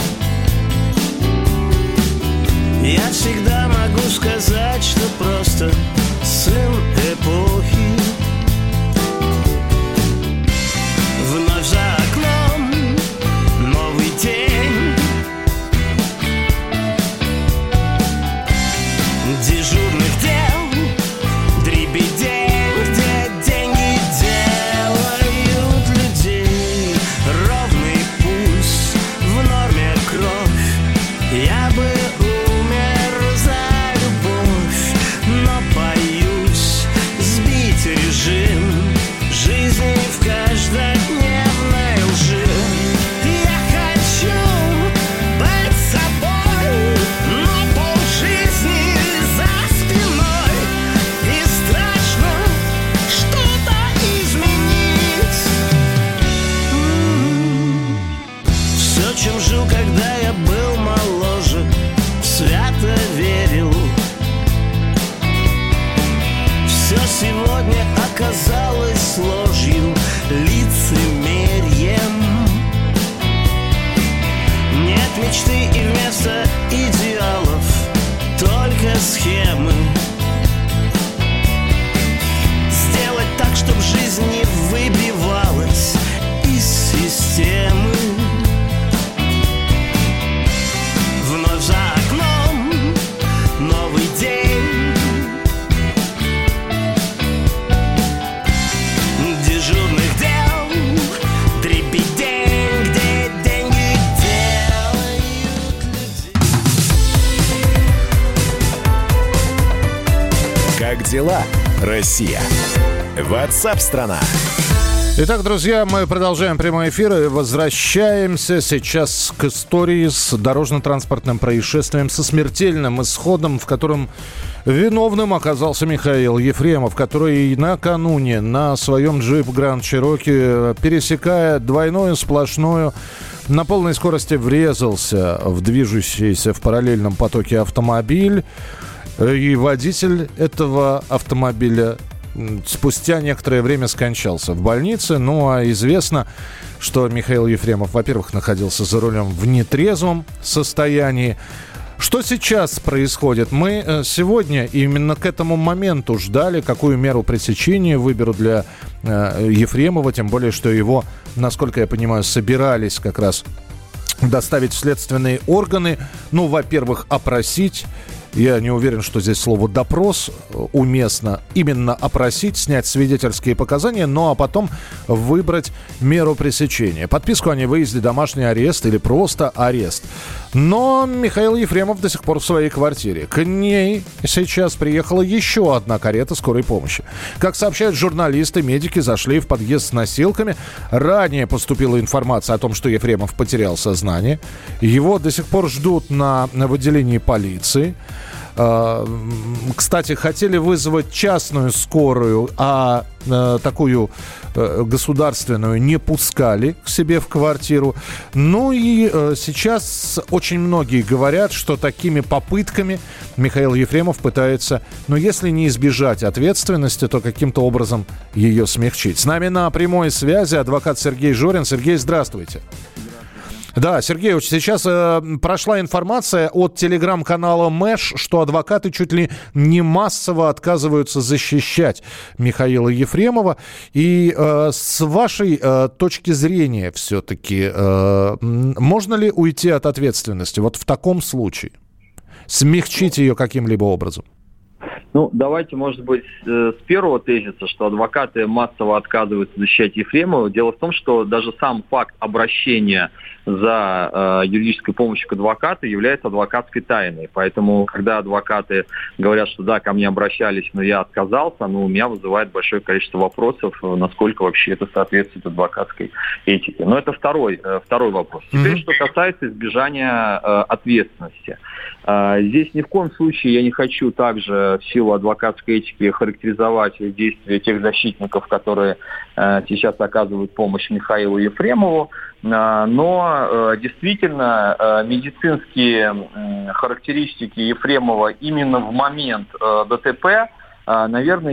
Speaker 21: я всегда могу сказать, что просто сын эпохи. Вновь за окном новый день, дежурных дел, дребедень, где деньги делают людей. Ровный пульс, в норме кровь, я бы умер за любовь, но боюсь сбить режим жизни в каждодневной лжи. Я хочу быть собой, но полжизни за спиной, и страшно что-то изменить. Все, чем жил, когда я был моложе, свято верил. Все сегодня оказалось ложью, лицемерьем. Нет мечты и вместо идеалов только схемы. Сделать так, чтобы жизнь не выбивалась из системы.
Speaker 1: Как дела, Россия? WhatsApp-страна.
Speaker 2: Итак, друзья, мы продолжаем прямой эфир и возвращаемся сейчас к истории с дорожно-транспортным происшествием со смертельным исходом, в котором виновным оказался Михаил Ефремов, который накануне на своем джип Grand Cherokee, пересекая двойную сплошную, на полной скорости врезался в движущийся в параллельном потоке автомобиль. И водитель этого автомобиля спустя некоторое время скончался в больнице. Ну, а известно, что Михаил Ефремов, во-первых, находился за рулем в нетрезвом состоянии. Что сейчас происходит? Мы сегодня именно к этому моменту ждали, какую меру пресечения выберут для Ефремова, тем более, что его, насколько я понимаю, собирались как раз доставить в следственные органы. Ну, во-первых, опросить. Я не уверен, что здесь слово «допрос» уместно. Именно опросить, снять свидетельские показания, ну а потом выбрать меру пресечения. Подписку о невыезде, домашний арест или просто арест. Но Михаил Ефремов до сих пор в своей квартире. К ней сейчас приехала еще одна карета скорой помощи. Как сообщают журналисты, медики зашли в подъезд с носилками. Ранее поступила информация о том, что Ефремов потерял сознание. Его до сих пор ждут в отделении полиции. Кстати, хотели вызвать частную скорую, а такую государственную не пускали к себе в квартиру. Ну и сейчас очень многие говорят, что такими попытками Михаил Ефремов пытается, ну если не избежать ответственности, то каким-то образом ее смягчить. С нами на прямой связи адвокат Сергей Жорин. Сергей, здравствуйте. Да, Сергей, сейчас прошла информация от телеграм-канала Мэш, что адвокаты чуть ли не массово отказываются защищать Михаила Ефремова. И с вашей точки зрения все-таки, можно ли уйти от ответственности вот в таком случае? Смягчить ее каким-либо образом?
Speaker 3: Ну, давайте, может быть, с первого тезиса, что адвокаты массово отказываются защищать Ефремова. Дело в том, что даже сам факт обращения за юридической помощью к адвокату является адвокатской тайной. Поэтому, когда адвокаты говорят, что да, ко мне обращались, но я отказался, у меня вызывает большое количество вопросов, насколько вообще это соответствует адвокатской этике. Но это второй вопрос. Теперь, что касается избежания ответственности. Здесь ни в коем случае я не хочу также в силу адвокатской этики характеризовать действия тех защитников, которые сейчас оказывают помощь Михаилу Ефремову, но действительно медицинские характеристики Ефремова именно в момент ДТП, наверное,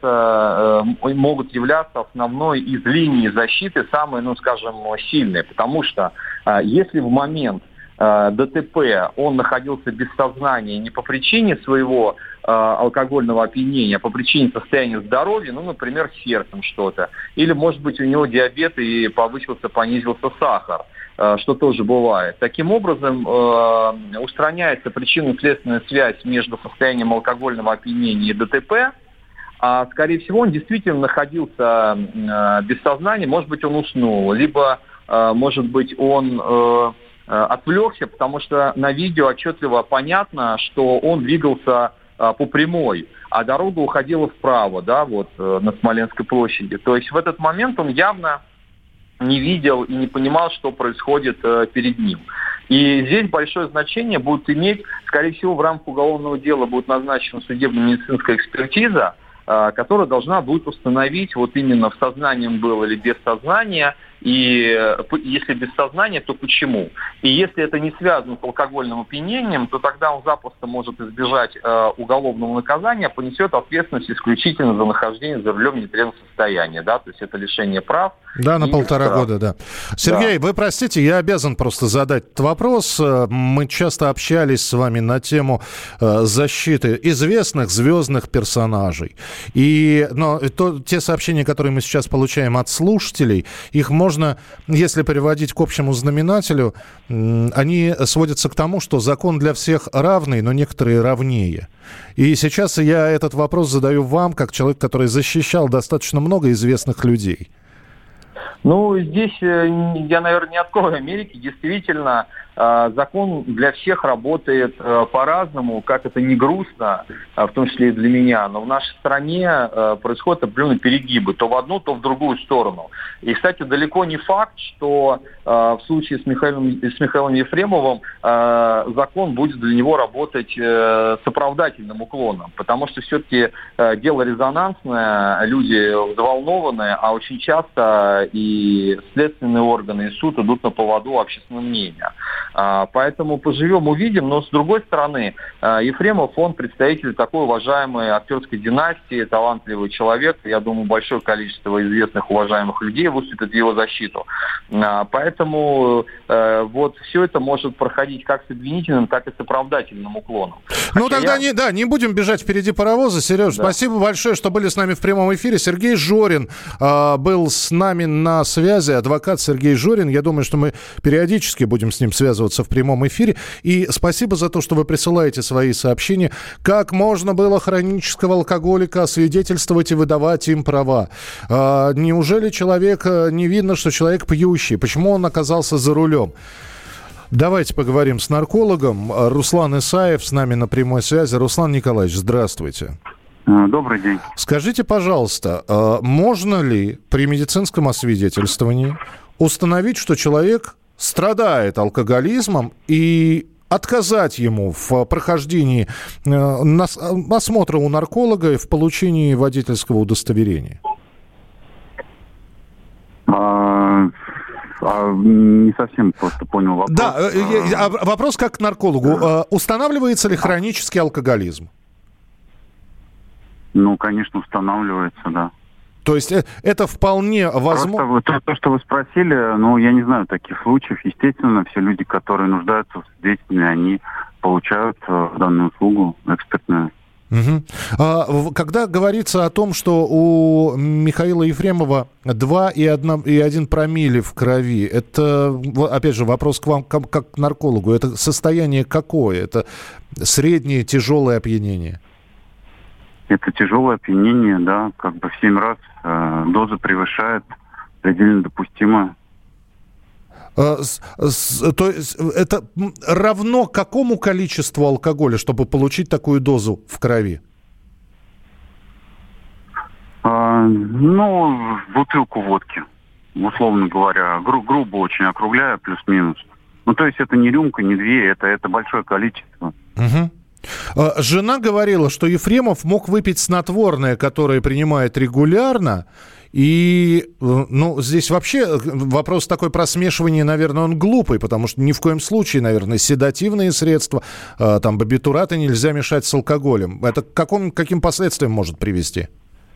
Speaker 3: могут являться основной из линий защиты, самой, сильной, потому что если в момент ДТП он находился без сознания не по причине своего алкогольного опьянения, а по причине состояния здоровья, например, с сердцем что-то, или, может быть, у него диабет и понизился сахар, что тоже бывает. Таким образом, устраняется причинно-следственная связь между состоянием алкогольного опьянения и ДТП, а, скорее всего, он действительно находился без сознания, может быть, он уснул, либо, может быть, он отвлекся, потому что на видео отчетливо понятно, что он двигался по прямой, а дорога уходила вправо, на Смоленской площади. То есть в этот момент он явно не видел и не понимал, что происходит перед ним. И здесь большое значение будет иметь, скорее всего, в рамках уголовного дела будет назначена судебно-медицинская экспертиза, которая должна будет установить, вот именно в сознании он был или без сознания, и если без сознания, то почему. И если это не связано с алкогольным опьянением, то тогда он запросто может избежать уголовного наказания, понесет ответственность исключительно за нахождение за рулем в нетрезвом состоянии. То есть это лишение прав.
Speaker 2: Да, на 1,5 года, да. Сергей, вы простите, я обязан просто задать этот вопрос. Мы часто общались с вами на тему защиты известных звездных персонажей. Но те сообщения, которые мы сейчас получаем от слушателей, их можно, если приводить к общему знаменателю, они сводятся к тому, что закон для всех равный, но некоторые равнее. И сейчас я этот вопрос задаю вам, как человек, который защищал достаточно много известных людей.
Speaker 3: Ну, здесь я, наверное, не открою Америки. Действительно, закон для всех работает по-разному, как это не грустно, в том числе и для меня. Но в нашей стране происходят определенные перегибы то в одну, то в другую сторону. И, кстати, далеко не факт, что в случае с Михаилом Ефремовым закон будет для него работать с оправдательным уклоном. Потому что все-таки дело резонансное, люди взволнованные, а очень часто и следственные органы, и суд идут на поводу общественного мнения. Поэтому поживем, увидим. Но, с другой стороны, Ефремов, он представитель такой уважаемой актерской династии, талантливый человек. Я думаю, большое количество известных, уважаемых людей выступит в его защиту. Поэтому вот все это может проходить как с обвинительным, так и с оправдательным уклоном.
Speaker 2: Ну, тогда не будем бежать впереди паровоза. Сереж, да. Спасибо большое, что были с нами в прямом эфире. Сергей Жорин был с нами на связи, адвокат Сергей Жорин. Я думаю, что мы периодически будем с ним связываться в прямом эфире. И спасибо за то, что вы присылаете свои сообщения. Как можно было хронического алкоголика освидетельствовать и выдавать им права? Неужели не видно, что человек пьющий? Почему он оказался за рулем? Давайте поговорим с наркологом. Руслан Исаев с нами на прямой связи. Руслан Николаевич, здравствуйте.
Speaker 8: Добрый день.
Speaker 2: Скажите, пожалуйста, можно ли при медицинском освидетельствовании установить, что человек страдает алкоголизмом, и отказать ему в прохождении осмотра у нарколога и в получении водительского удостоверения?
Speaker 8: Не совсем просто понял вопрос.
Speaker 2: Да, вопрос как к наркологу. Устанавливается ли хронический алкоголизм?
Speaker 8: Ну, конечно, устанавливается, да.
Speaker 2: То есть это вполне возможно...
Speaker 8: То, что вы спросили, я не знаю таких случаев. Естественно, все люди, которые нуждаются в свидетельстве, они получают данную услугу экспертную.
Speaker 2: Угу. Когда говорится о том, что у Михаила Ефремова 2,1 промилле в крови, это, опять же, вопрос к вам как к наркологу. Это состояние какое? Это среднее, тяжелое опьянение?
Speaker 8: Это тяжелое опьянение, да, в 7 раз доза превышает предельно допустимое.
Speaker 2: То есть это равно какому количеству алкоголя, чтобы получить такую дозу в крови?
Speaker 8: Бутылку водки, условно говоря, грубо очень округляя, плюс-минус. То есть это не рюмка, не две, это большое количество.
Speaker 2: Угу. Жена говорила, что Ефремов мог выпить снотворное, которое принимает регулярно. И, здесь вообще вопрос такой про смешивание, наверное, он глупый, потому что ни в коем случае, наверное, седативные средства, барбитураты нельзя мешать с алкоголем. Это к каким последствиям может привести?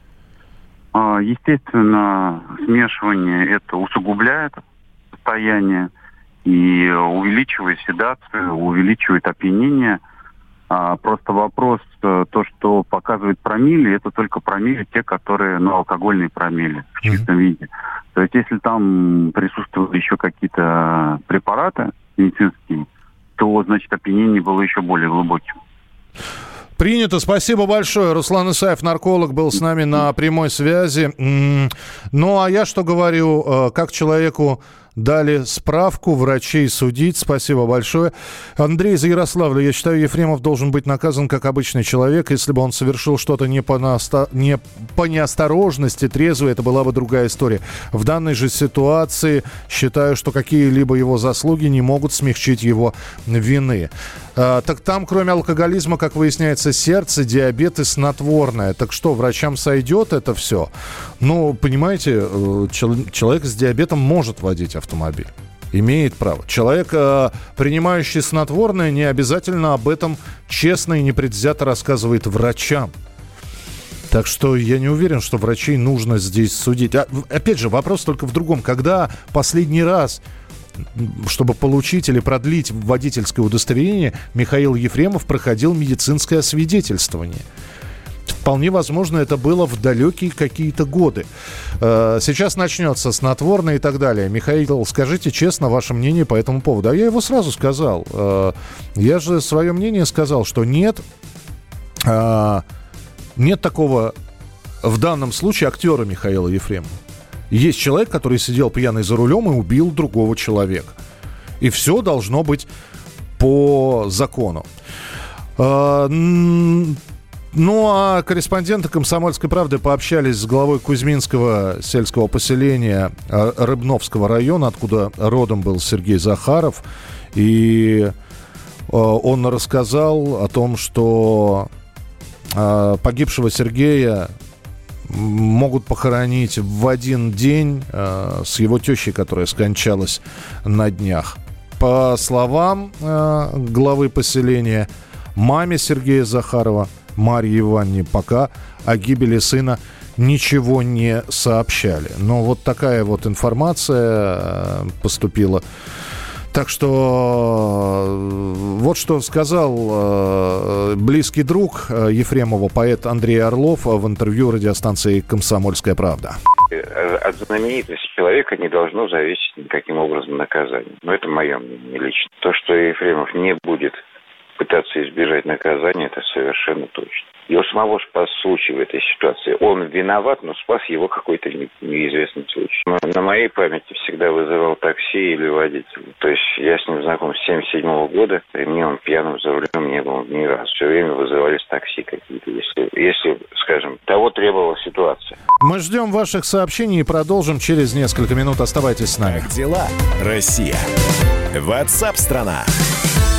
Speaker 8: Естественно, смешивание это усугубляет состояние и увеличивает седацию, увеличивает опьянение. Просто вопрос, то, что показывает промилле, это только промилле те, которые, алкогольные промилле в чистом виде. То есть, если там присутствуют еще какие-то препараты медицинские, то, значит, опьянение было еще более глубоким.
Speaker 2: Принято. Спасибо большое. Руслан Исаев, нарколог, был с нами на прямой связи. А я что говорю, как человеку дали справку, врачей судить. Спасибо большое. Андрей из Ярославля. Я считаю, Ефремов должен быть наказан как обычный человек. Если бы он совершил что-то не по неосторожности, трезво, это была бы другая история. В данной же ситуации считаю, что какие-либо его заслуги не могут смягчить его вины. Так там, кроме алкоголизма, как выясняется, сердце, диабет и снотворное. Так что, врачам сойдет это все? Понимаете, человек с диабетом может водить автомобиль. Имеет право. Человек, принимающий снотворное, не обязательно об этом честно и непредвзято рассказывает врачам. Так что я не уверен, что врачей нужно здесь судить. Опять же, вопрос только в другом. Когда последний раз, чтобы получить или продлить водительское удостоверение, Михаил Ефремов проходил медицинское освидетельствование? Вполне возможно, это было в далекие какие-то годы. Сейчас начнется снотворное и так далее. Михаил, скажите честно ваше мнение по этому поводу. А я его сразу сказал. Я же свое мнение сказал, что нет такого в данном случае актера Михаила Ефремова. Есть человек, который сидел пьяный за рулем и убил другого человека. И все должно быть по закону. Ну, а корреспонденты «Комсомольской правды» пообщались с главой Кузьминского сельского поселения Рыбновского района, откуда родом был Сергей Захаров. И он рассказал о том, что погибшего Сергея могут похоронить в один день с его тещей, которая скончалась на днях. По словам главы поселения, маме Сергея Захарова, Марье Ивановне, пока о гибели сына ничего не сообщали. Но вот такая вот информация поступила. Так что вот что сказал близкий друг Ефремова, поэт Андрей Орлов, в интервью радиостанции «Комсомольская правда».
Speaker 9: От знаменитости человека не должно зависеть никаким образом наказание. Но это мое мнение лично. То, что Ефремов не будет пытаться избежать наказания, это совершенно точно. Его самого спас случай в этой ситуации. Он виноват, но спас его какой-то неизвестный случай. На моей памяти всегда вызывал такси или водителя. То есть я с ним знаком с 1977 года. При мне он пьяным за рулем не был ни разу. Все время вызывались такси какие-то, если, скажем, того требовала ситуация.
Speaker 2: Мы ждем ваших сообщений и продолжим через несколько минут. Оставайтесь с нами.
Speaker 1: Как дела, Россия? WhatsApp-страна.